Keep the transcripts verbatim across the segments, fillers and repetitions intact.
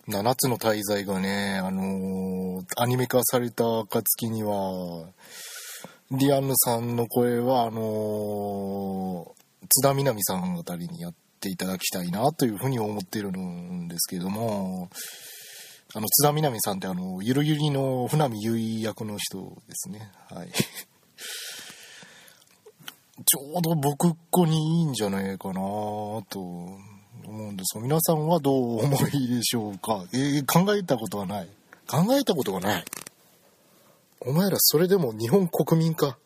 ななつの大罪がね、あのー、アニメ化された暁には、リアンヌさんの声は、あのー、津田みなみさんあたりにやっていただきたいなというふうに思っているんですけども、あの、津田みなみさんってあの、ゆるゆりの船見結衣役の人ですね。はい。ちょうど僕っ子にいいんじゃないかなと思うんですが、皆さんはどうお思いでしょうか。えー、考えたことはない。考えたことがない。お前らそれでも日本国民か。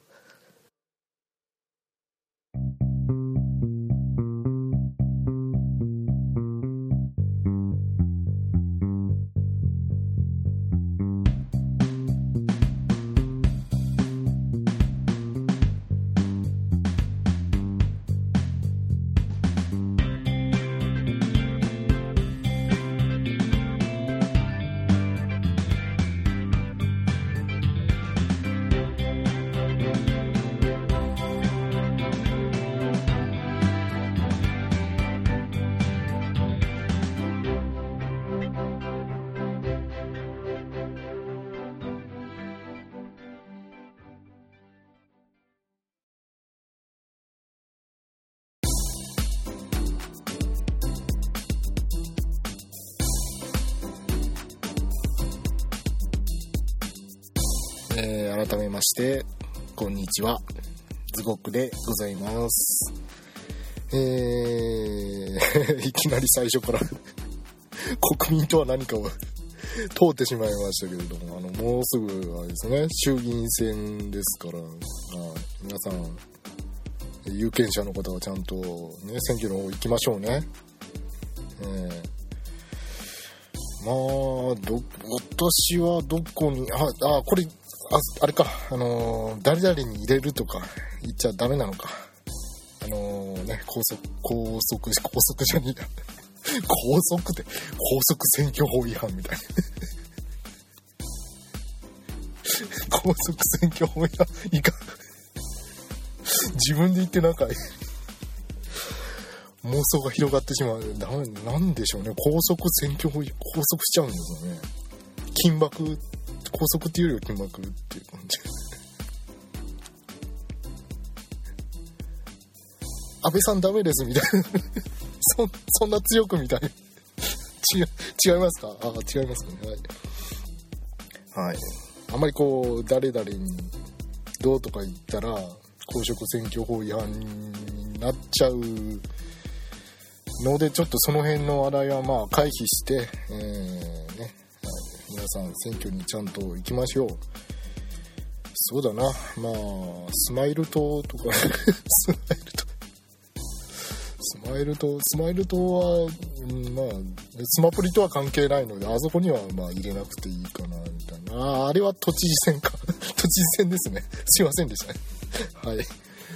えー、改めましてこんにちは、ズゴックでございます。えー、いきなり最初から国民とは何かを通ってしまいましたけれども、あのもうすぐはですね、衆議院選ですから、まあ、皆さん有権者の方はちゃんと、ね、選挙の方行きましょうね。えーまあ、ど私はどこにああこれああれか、あのー、誰々に入れるとか言っちゃダメなのか。あのー、ね、拘束拘束拘束じゃねえや拘束って拘束選挙法違反みたいな拘束選挙法違反いか自分で言ってなんか妄想が広がってしまう。なんでしょうね、拘束選挙法拘束しちゃうんですよね。緊縛拘束っていうよりは緊縛っていう感じ安倍さんダメですみたいなそ, そんな強くみたいな違, 違いますか。あ違いますね。はい、はい、あんまりこう誰々にどうとか言ったら公職選挙法違反になっちゃうので、ちょっとその辺の話題はまあ回避して、えーね、皆さん選挙にちゃんと行きましょう。そうだな、まあスマイル党とかスマイル党スマイル党スマイル党は、うん、まあスマプリとは関係ないので、あそこにはまあ入れなくていいかなみたいな。ああれは都知事選か都知事選ですね。すいませんでしたねはい。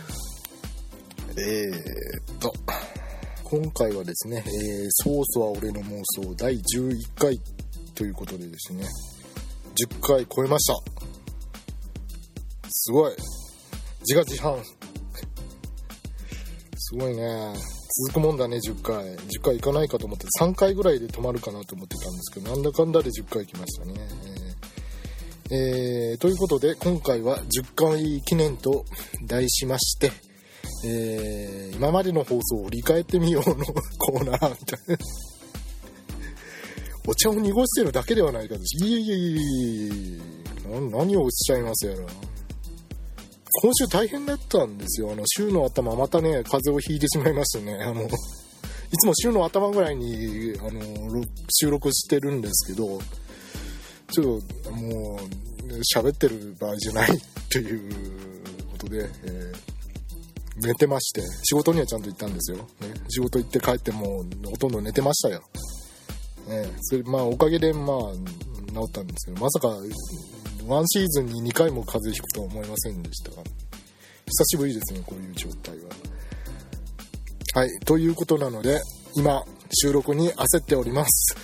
えーっと今回はですね、えー、ソースは俺の妄想だいじゅういっかいということでですね、じゅっかい超えました。すごい、自画自賛すごいね。続くもんだね。じゅっかいじゅっかいいかないかと思ってさんかいぐらいで止まるかなと思ってたんですけど、なんだかんだでじゅっかい来ましたね。えーえー、ということで今回はじゅっかい記念と題しまして、えー、今までの放送を振り返ってみようのコーナーみたいなお茶を濁してるだけではないかと。いえいえいえ、何をおっしゃいますやら。今週大変だったんですよ。あの週の頭またね風邪をひいてしまいましてね、あのいつも週の頭ぐらいにあの収録してるんですけど、ちょっともう喋ってる場合じゃないということで、えー、寝てまして、仕事にはちゃんと行ったんですよ、ね、仕事行って帰ってもうほとんど寝てましたよ、ね、それまあおかげでまあ治ったんですけど、まさかワンシーズンににかいも風邪ひくとは思いませんでしたが、久しぶりですねこういう状態は。はい、ということなので今収録に焦っております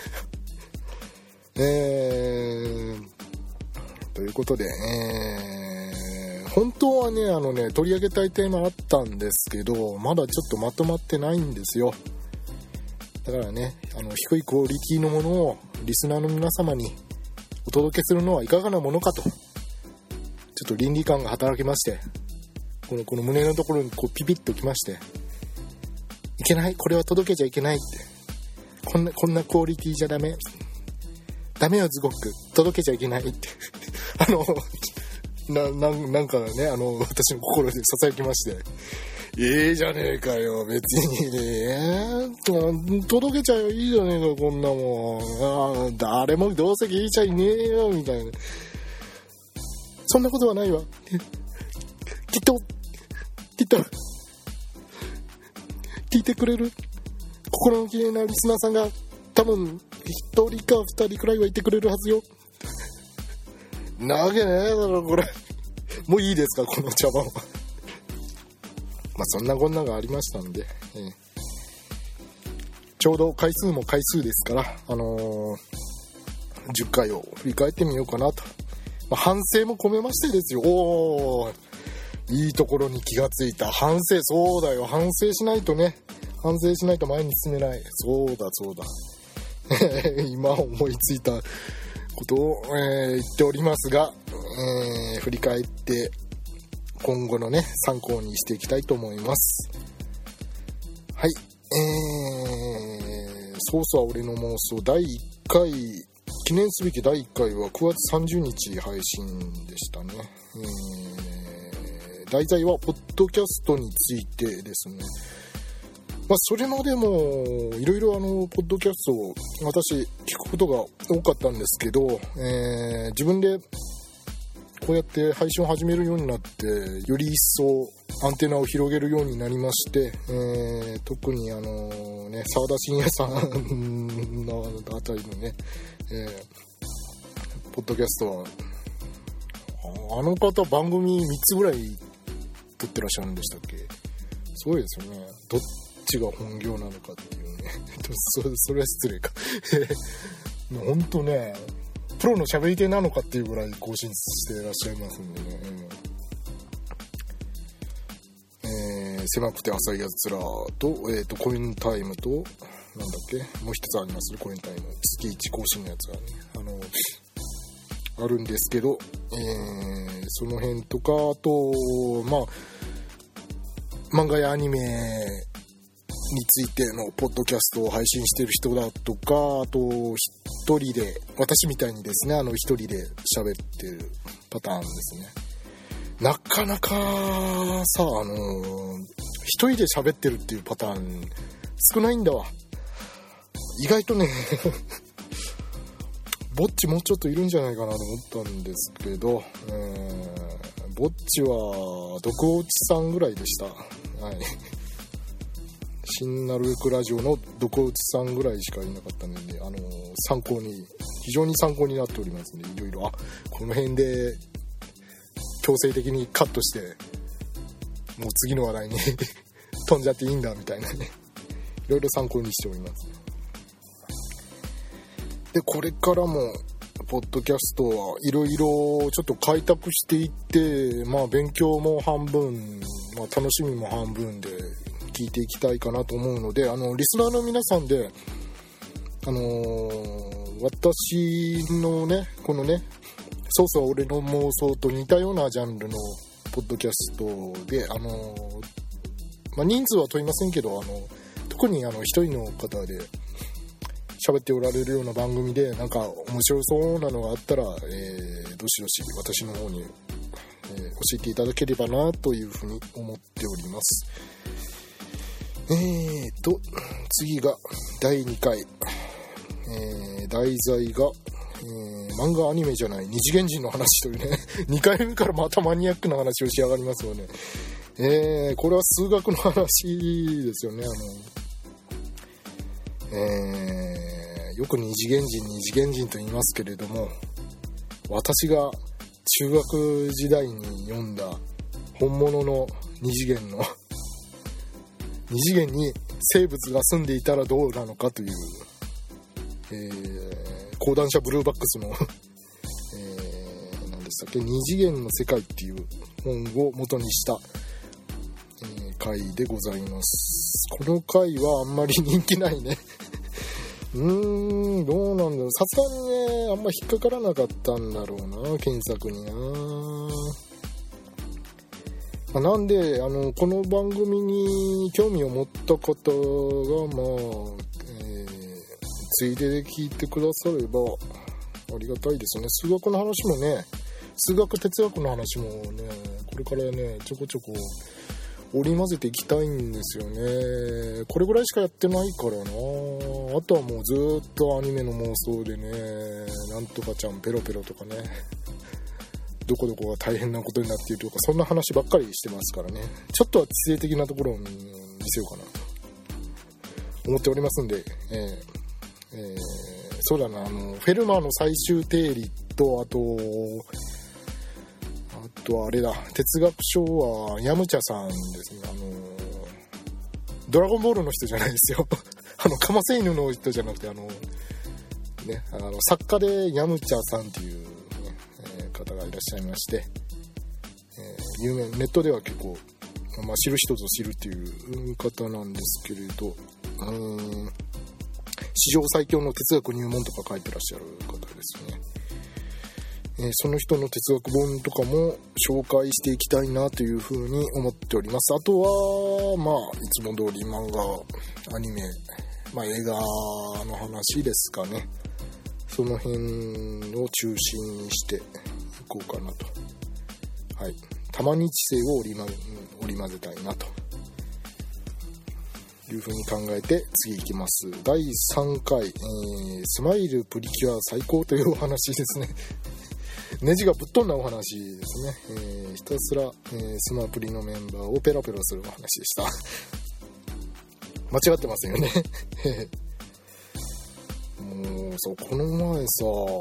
えー、ということで、えー、本当はねあのね取り上げたいテーマあったんですけど、まだちょっとまとまってないんですよ。 だからね、あの低いクオリティのものをリスナーの皆様にお届けするのはいかがなものかと、ちょっと倫理観が働きまして、このこの胸のところにこうピピッときまして、いけない、これは届けちゃいけないって、こんなこんなクオリティじゃダメダメよズゴック、届けちゃいけないってあのな, な, なんかね、あの私の心でささやきまして、ええじゃねえかよ別にね、届けちゃえばいいじゃねえかこんなもん、あ誰もどうせ聞いちゃいねえよみたいな、そんなことはないわきっときっと聞いてくれる心の綺麗なリスナーさんが多分一人か二人くらいはいてくれるはずよなわけねえだろこれもういいですかこの茶番はまあそんなこんながありましたんで、えー、ちょうど回数も回数ですから、あのー、じゅっかいを振り返ってみようかなと、まあ、反省も込めましてですよ。おーいいところに気がついた。反省、そうだよ、反省しないとね、反省しないと前に進めない。そうだそうだ今思いついたことを、えー、言っておりますが、えー、振り返って今後のね参考にしていきたいと思います。はい、えー、ソースは俺の妄想だいいっかい、記念すべきだいいっかいはくがつさんじゅうにち配信でしたね。えー、題材はポッドキャストについてですね。まあ、それまでもいろいろあのポッドキャストを私聞くことが多かったんですけど、えー、自分でこうやって配信を始めるようになってより一層アンテナを広げるようになりまして、えー、特にあのね沢田信也さんのあたりのね、えー、ポッドキャストはあの方番組みっつぐらい撮ってらっしゃるんでしたっけ。すごいですよね。どっちが本業なのかっていうねそ, それは失礼か本当ねプロの喋り手なのかっていうぐらい更新していらっしゃいますんでね、えー、狭くて浅いやつらと、えーと、コインタイムとなんだっけもう一つありますね、コインタイム月いち更新のやつがねあのあるんですけど、えー、その辺とか、あとまあ漫画やアニメについてのポッドキャストを配信してる人だとか、あと一人で私みたいにですね、あの一人で喋ってるパターンですね。なかなかさ、あの一人で喋ってるっていうパターン少ないんだわ。意外とねぼっちもうちょっといるんじゃないかなと思ったんですけど、えー、ぼっちは毒落ちさんぐらいでした。はい。新なるべくラジオの毒落ちさんぐらいしかいなかったので、あの参考に非常に参考になっておりますので、いろいろあこの辺で強制的にカットしてもう次の話題に飛んじゃっていいんだみたいなね、いろいろ参考にしております。でこれからもポッドキャストはいろいろちょっと開拓していって、まあ勉強も半分、まあ、楽しみも半分で聞いていきたいかなと思うので、あのリスナーの皆さんで、あのー、私のねこのねそうそう俺の妄想と似たようなジャンルのポッドキャストで、あのーまあ、人数は問いませんけど、あの特にあの一人の方で喋っておられるような番組でなんか面白そうなのがあったら、えー、どしどし私の方に、えー、教えていただければなというふうに思っております。えーと次がだいにかい、えー、題材が、えー、漫画アニメじゃない二次元人の話というねにかいめからまたマニアックな話をし上がりますよね。えー、これは数学の話ですよね。あの、えー、よく二次元人二次元人と言いますけれども、私が中学時代に読んだ本物の二次元の二次元に生物が住んでいたらどうなのかという、えー、講談社ブルーバックスの、えー、何でしたっけ、二次元の世界っていう本を元にした、えー、回でございます。この回はあんまり人気ないねうーん、どうなんだろう。さすがにね、あんま引っかからなかったんだろうな、検索にな。まあ、なんであのこの番組に興味を持った方が、まあえー、ついでで聞いてくださればありがたいですね。数学の話もね、数学哲学の話もね、これからねちょこちょこ織り交ぜていきたいんですよね。これぐらいしかやってないからな。あとはもうずっとアニメの妄想でね、なんとかちゃんペロペロとかね、どこどこが大変なことになっているとか、そんな話ばっかりしてますからね。ちょっとは知性的なところを見せようかなと思っておりますんで、えーえー、そうだな、あのフェルマーの最終定理と、あとあとはあれだ、哲学書はヤムチャさんですね。あのドラゴンボールの人じゃないですよあのカマセイヌの人じゃなくて、あのね、あの作家でヤムチャさんっていう、ねえー、方がいらっしゃいまして、えー、有名、ネットでは結構、まあ、知る人ぞ知るっていう方なんですけれど、うーん、史上最強の哲学入門とか書いてらっしゃる方ですね。えー、その人の哲学本とかも紹介していきたいなというふうに思っております。あとはまあいつも通り漫画、アニメ、まあ、映画の話ですかね。その辺を中心にしていこうかなと。はい。たまに知性を織り交ぜ、織り交ぜたいなというふうに考えて次いきます。だいさんかい、えー、スマイルプリキュア最高というお話ですね。ネジがぶっ飛んだお話ですね。えー、ひたすら、えー、スマプリのメンバーをペラペラするお話でした。間違ってますよね。もうそう、この前さ、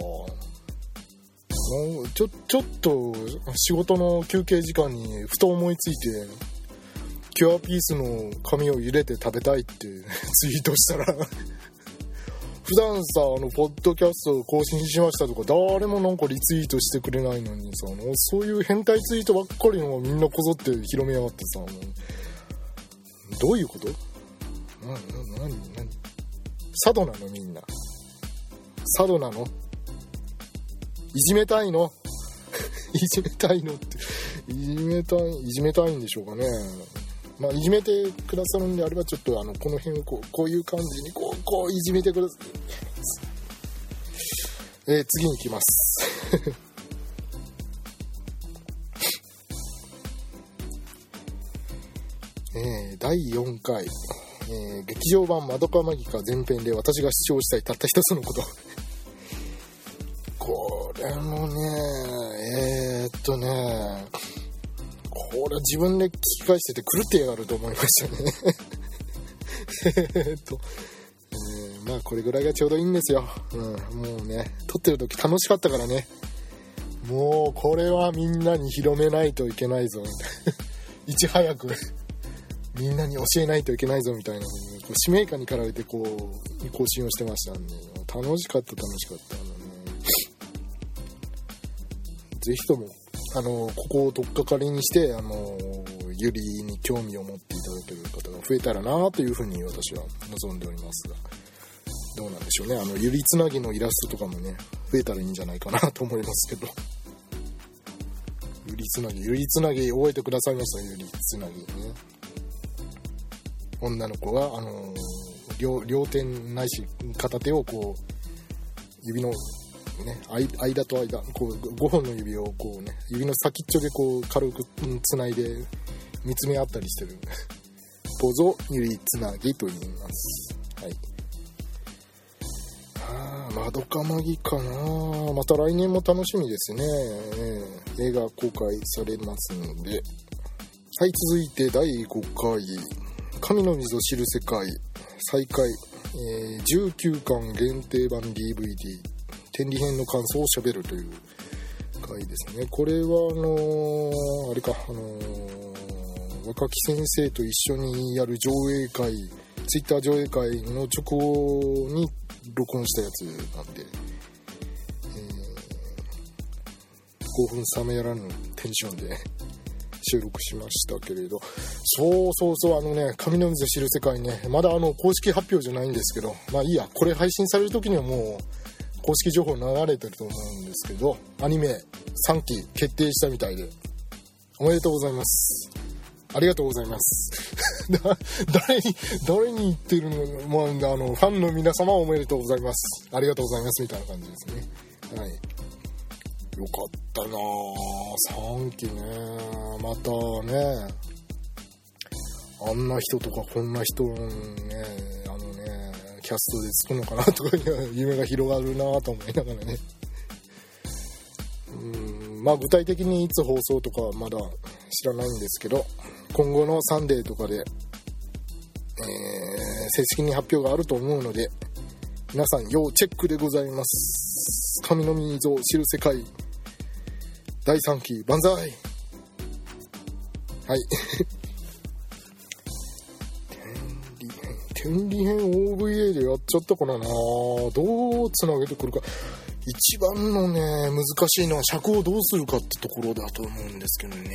ちょ、ちょっと仕事の休憩時間にふと思いついて、キュアピースの紙を茹でて食べたいってツイートしたら普段さ、あのポッドキャスト更新しましたとか誰もなんかリツイートしてくれないのにさ、あのそういう変態ツイートばっかりのみんなこぞって広めやがってさ、もうどういうこと？な、な、なに、なに、佐渡なのみんな。佐渡なの？いじめたいの？いじめたいのって、いじめたい、いじめたいんでしょうかね。まあ、いじめてくださるんであれば、ちょっとあのこの辺をこう、こういう感じにこう、こういじめてください。えー、次に行きますえー、だいよんかい、えー、劇場版まどかマギカ前編で私が主張したいたった一つのことこれもね、えー、っとねこれ自分で聞き返してて狂ってやがると思いましたねえっと、えー、まあこれぐらいがちょうどいいんですよ、うん、もうね撮ってる時楽しかったからね、もうこれはみんなに広めないといけないぞみたいないち早くみんなに教えないといけないぞみたいな、こう使命感に駆られてこう更新をしてましたんで、楽しかった楽しかったあの、ね、ぜひともあのここを取っかかりにしてあのゆりに興味を持っていただける方が増えたらなというふうに私は望んでおりますが、どうなんでしょうね。あのゆりつなぎのイラストとかもね増えたらいいんじゃないかなと思いますけどゆりつなぎゆりつなぎ覚えてくださいました？ゆりつなぎね、女の子があの 両, 両手ないし片手をこう指のね、間と間こうごほんの指をこうね指の先っちょでこう軽くつないで見つめ合ったりしてるポーズをゆりつなぎと言います。はい。あー、まどかマギかな。また来年も楽しみですね、えー、映画公開されますので。はい、続いてだいごかい神の水を知る世界再開、えー、じゅうきゅうかん限定版 ディーブイディー天理編の感想をしゃべるという回ですね。これはあのー、あれか、あのー、若木先生と一緒にやる上映会、ツイッター上映会の直後に録音したやつなんで、えー、興奮冷めやらぬテンションで収録しましたけれど、 そうそうそう、あのね、神の水知る世界ね、まだあの公式発表じゃないんですけど、まあいいや、これ配信される時にはもう公式情報流れてると思うんですけど、アニメさんき決定したみたいで、おめでとうございます。ありがとうございます。誰に誰に言ってるの、もうあのファンの皆様おめでとうございます。ありがとうございますみたいな感じですね。はい。よかったなぁ、さんきね。またね、あんな人とかこんな人ね、あのね、キャストでつくのかなとか夢が広がるなぁと思いながらね。うーん、まあ具体的にいつ放送とかはまだ知らないんですけど、今後のサンデーとかで、えー、正式に発表があると思うので、皆さん要チェックでございます。神の水を知る世界だいさんき万歳。はい。天理編 オーブイエー でやっちゃったからな。どうつなげてくるか。一番のね難しいのは尺をどうするかってところだと思うんですけどね。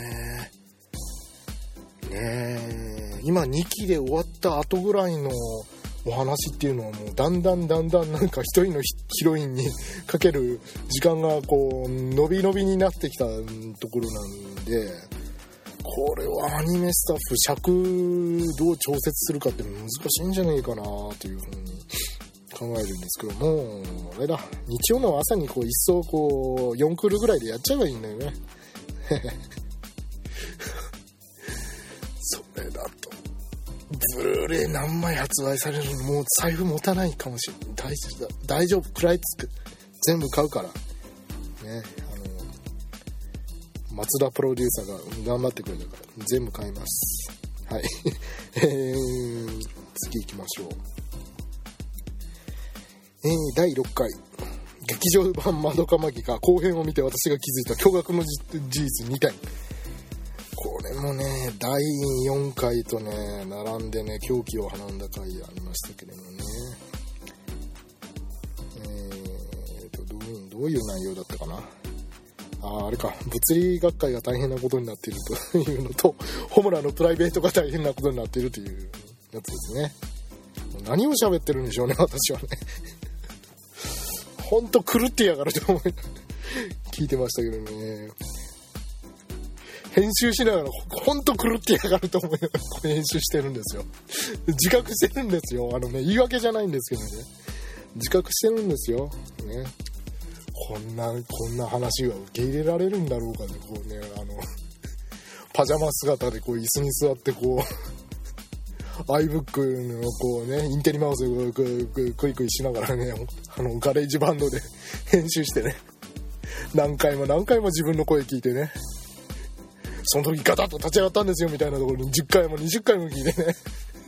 ねえ、今にきで終わった後ぐらいのお話っていうのはもうだんだんだんだんなんか一人のヒロインにかける時間がこう伸び伸びになってきたところなんで、これはアニメスタッフ尺どう調節するかって難しいんじゃないかなというふうに考えるんですけども、あれだ、日曜の朝にこう一層こうよんクールぐらいでやっちゃえばいいんだよね。それだとブルーレイ何枚発売されるのもう財布持たないかもしれない。大丈夫だ、大丈夫、食らいつく、全部買うからね。あの松田プロデューサーが頑張ってくれたから全部買います。はい。えー、次行きましょう。えー、だいろっかい劇場版まどかマギカ後編を見て私が気づいた驚愕の事実にてん。これもねだいよんかいとね並んでね狂気をはらんだ回ありましたけれどもね、えーとどう、どういう内容だったかな。あ, あれか、物理学会が大変なことになっているというのと、ホムラのプライベートが大変なことになっているというやつですね。何を喋ってるんでしょうね、私はね。ほんと狂ってやがると思い聞いてましたけどね。編集しながらほんと狂ってやがると思いながらこれ編集してるんですよ。自覚してるんですよ。あのね、言い訳じゃないんですけどね、自覚してるんですよね。こんなこんな話が受け入れられるんだろうかね。こうね、あのパジャマ姿でこう椅子に座ってこうiBook のこうねインテリマウスをクイクイしながらね、あのガレージバンドで編集してね、何回も何回も自分の声聞いてね、その時ガタッと立ち上がったんですよみたいなところにじゅっかいもにじゅっかいも聞いてね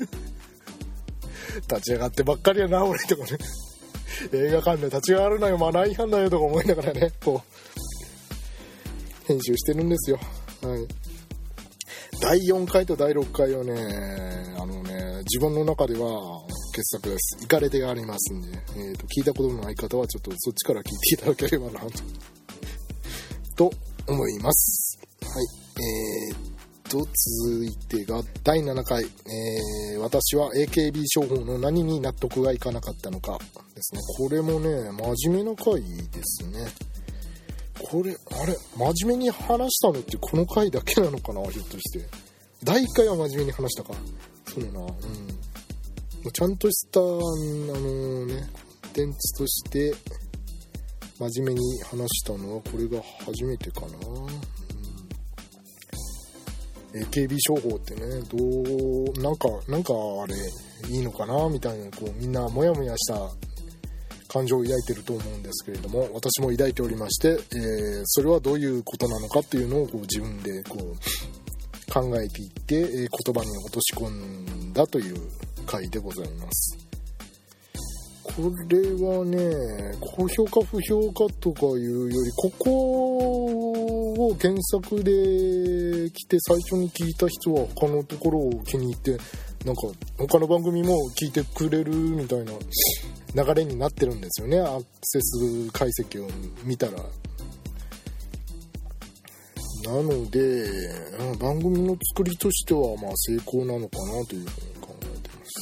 立ち上がってばっかりやな俺とかね、映画館で立ち上がるなよマナー違反だよとか思いながらね、こう編集してるんですよ。はい。だいよんかいとだいろっかいはね、あのね、自分の中では傑作です。イカれ手がありますんで、えーと、聞いたことのない方はちょっとそっちから聞いていただければなとと思います。はい。えーと続いてがだいななかい、えー、私は エーケービー 商法の何に納得がいかなかったのかですね。これもね真面目な回ですね。これあれ真面目に話したのってこの回だけなのかな、ひょっとして。だいいっかいは真面目に話したか。そうな、うん、ちゃんとしたあのねコンテンツとして真面目に話したのはこれが初めてかな。エーケービー 商法ってね、どうなんかなんかあれいいのかなみたいな、こうみんなモヤモヤした感情を抱いてると思うんですけれども、私も抱いておりまして、えー、それはどういうことなのかっていうのをこう自分でこう考えていって、えー、言葉に落とし込んだという回でございます。これはね、高評価不評価とかいうより、ここを原作で来て最初に聞いた人は他のところを気に入って、なんか他の番組も聞いてくれるみたいな流れになってるんですよね。アクセス解析を見たら。 なので番組の作りとしてはまあ成功なのかなというふうに考えてます。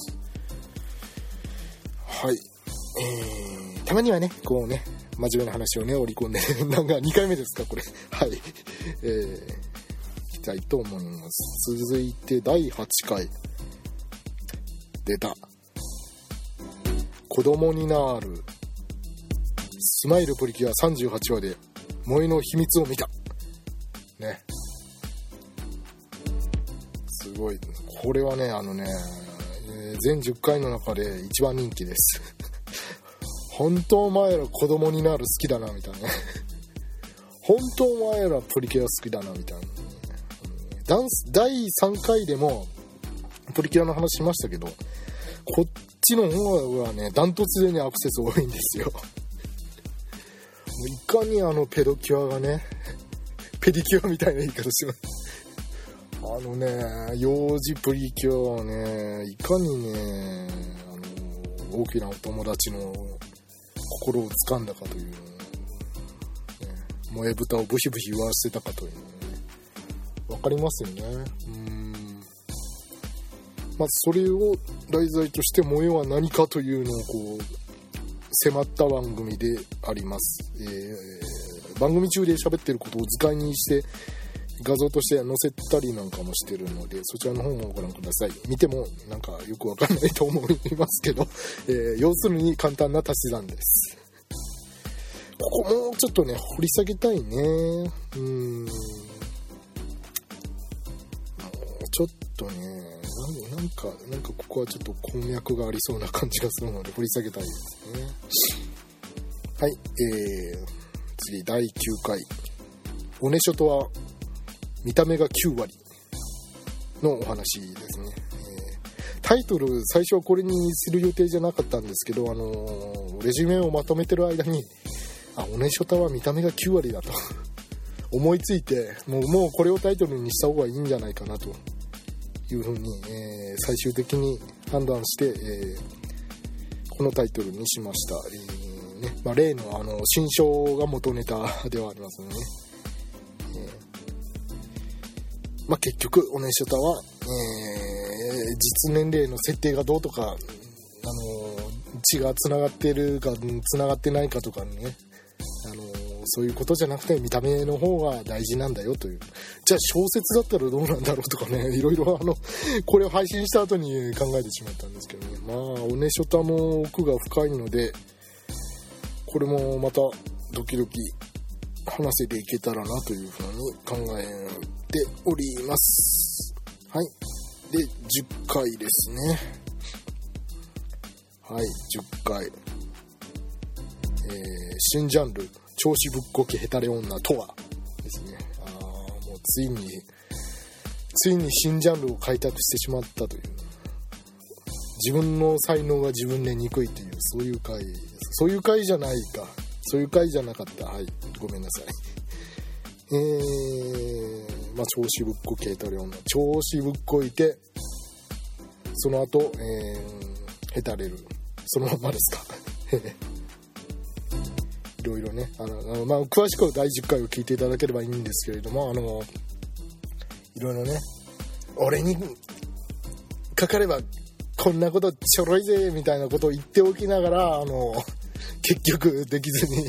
はい、えー、たまにはねこうね真面目な話をね織り込んでなんかにかいめですかこれはい、えー、いきたいと思います。続いてだいはちかい出た子供になるスマイルプリキュアさんじゅうはちわで萌えの秘密を見たね。すごいこれはねあのね、えー、全じゅっかいの中で一番人気です本当お前ら子供になる好きだなみたいな本当お前らプリキュア好きだなみたいな、ダンスだいさんかいでもプリキュアの話しましたけどこっちの方はねダントツでねアクセス多いんですよいかにあのペドキュアがねペディキュアみたいな言い方しますあのね幼児プリキュアはねいかにねあの大きなお友達の心を掴んだかという、ね、萌え豚をブヒブヒ言わせたかというのね分かりますよね。うーんまずそれを題材として萌えは何かというのをこう迫った番組であります、えー、番組中で喋ってることを図解にして画像として載せたりなんかもしてるのでそちらの方もご覧ください。見てもなんかよくわかんないと思いますけど、えー、要するに簡単な足し算です。ここもうちょっとね掘り下げたいね。うーんもうちょっとねなんかなんかここはちょっと鉱脈がありそうな感じがするので掘り下げたいですね。はい、えー、次だいきゅうかいおねしょとは見た目がきゅうわりのお話ですね、えー、タイトル最初はこれにする予定じゃなかったんですけど、あのー、レジュメをまとめてる間にあおねしょたは見た目がきゅうわりだと思いついてもう、もうこれをタイトルにした方がいいんじゃないかなというふうに、えー、最終的に判断して、えー、このタイトルにしました、えーねまあ、例の、あの新書が元ネタではありますのでね、えーまあ、結局おねしょたは、えー、実年齢の設定がどうとか、あの血がつながってるかつながってないかとかね、あのそういうことじゃなくて見た目の方が大事なんだよという。じゃあ小説だったらどうなんだろうとかね、いろいろあのこれを配信した後に考えてしまったんですけどね。まあおねしょたも奥が深いのでこれもまたドキドキ話せていけたらなというふうに考えております。はいでじゅっかいですね。はいじゅっかい、えー、新ジャンル調子ぶっこきヘタレ女とはですね。あもうついについに新ジャンルを開拓してしまったという、自分の才能が自分で憎いというそういう回そういう回じゃないかそういう回じゃなかったはいごめんなさいえー、まあ調子ぶっこきヘタレ女調子ぶっこいてその後、えー、ヘタレるそのままですかいろいろねあのあの、まあ、詳しくはだいじゅっかいを聞いていただければいいんですけれども、あのいろいろね俺にかかればこんなことちょろいぜみたいなことを言っておきながらあの結局できずに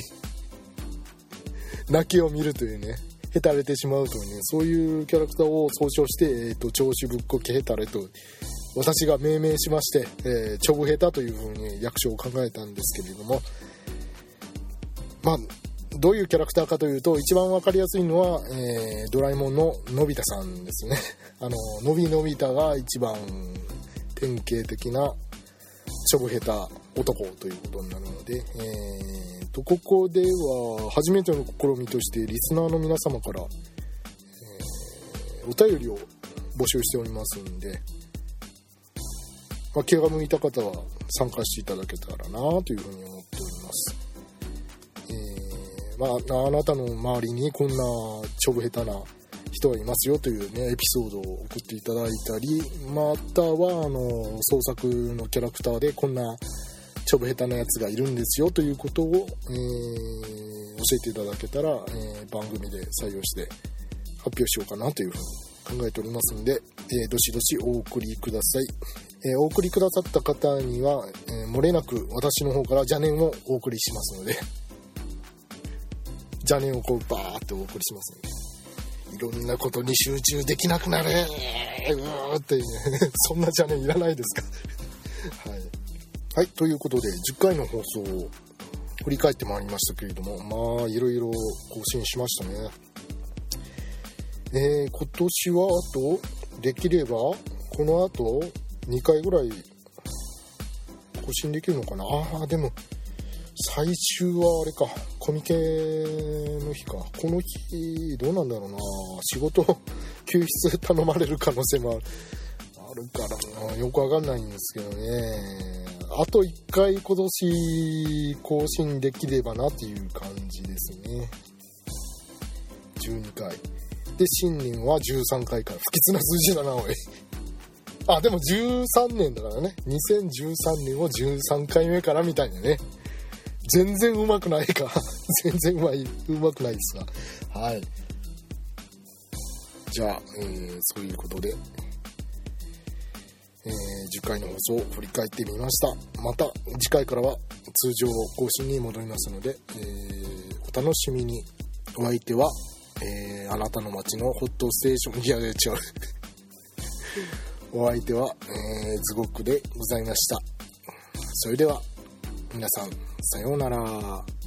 泣きを見るというね、ヘタレてしまうというね、そういうキャラクターを総称して、えーと、調子ぶっこきヘタレと私が命名しまして、えー、チョブヘタというふうに略称を考えたんですけれども、まあどういうキャラクターかというと一番わかりやすいのは、えー、ドラえもんののび太さんですね。あののびのび太が一番典型的なチョブヘタ男ということになるので、えー、とここでは初めての試みとしてリスナーの皆様から、えー、お便りを募集しておりますんで、まあ、気が向いた方は参加していただけたらなというふうに思っております。えーまあ、あなたの周りにこんなチョブヘタな人がいますよというねエピソードを送っていただいたり、またはあの創作のキャラクターでこんなチョブヘタなやつがいるんですよということを、えー、教えていただけたら、えー、番組で採用して発表しようかなというふうに考えておりますので、えー、どしどしお送りください。えー、お送りくださった方には、えー、漏れなく私の方から邪念をお送りしますので邪念をこうバーってお送りしますので、いろんなことに集中できなくなれーうーってねそんな邪念いらないですかはい、はい、ということでじゅっかいの放送を振り返ってまいりましたけれども、まあいろいろ更新しましたね。えー、今年はあとできればこの後にかいぐらい更新できるのかな。ああでも最終はあれか、コミケの日か。この日どうなんだろうな、仕事休日頼まれる可能性もあるからな、よくわかんないんですけどね。あといっかい今年更新できればなっていう感じですね。じゅうにかいで新年はじゅうさんかいから、不吉な数字だなおいあでもじゅうさんねんだからね、にせんじゅうさんねんをじゅうさんかいめからみたいなね。全然うまくないか全然うまいうまくないですが、はい、じゃあ、えー、そういうことで、えー、じゅっかいの放送を振り返ってみました。また次回からは通常更新に戻りますので、えー、お楽しみに。お相手は、えー、あなたの街のホットステーション、いやいや違うお相手は、えー、ズゴックでございました。それでは皆さんさようなら。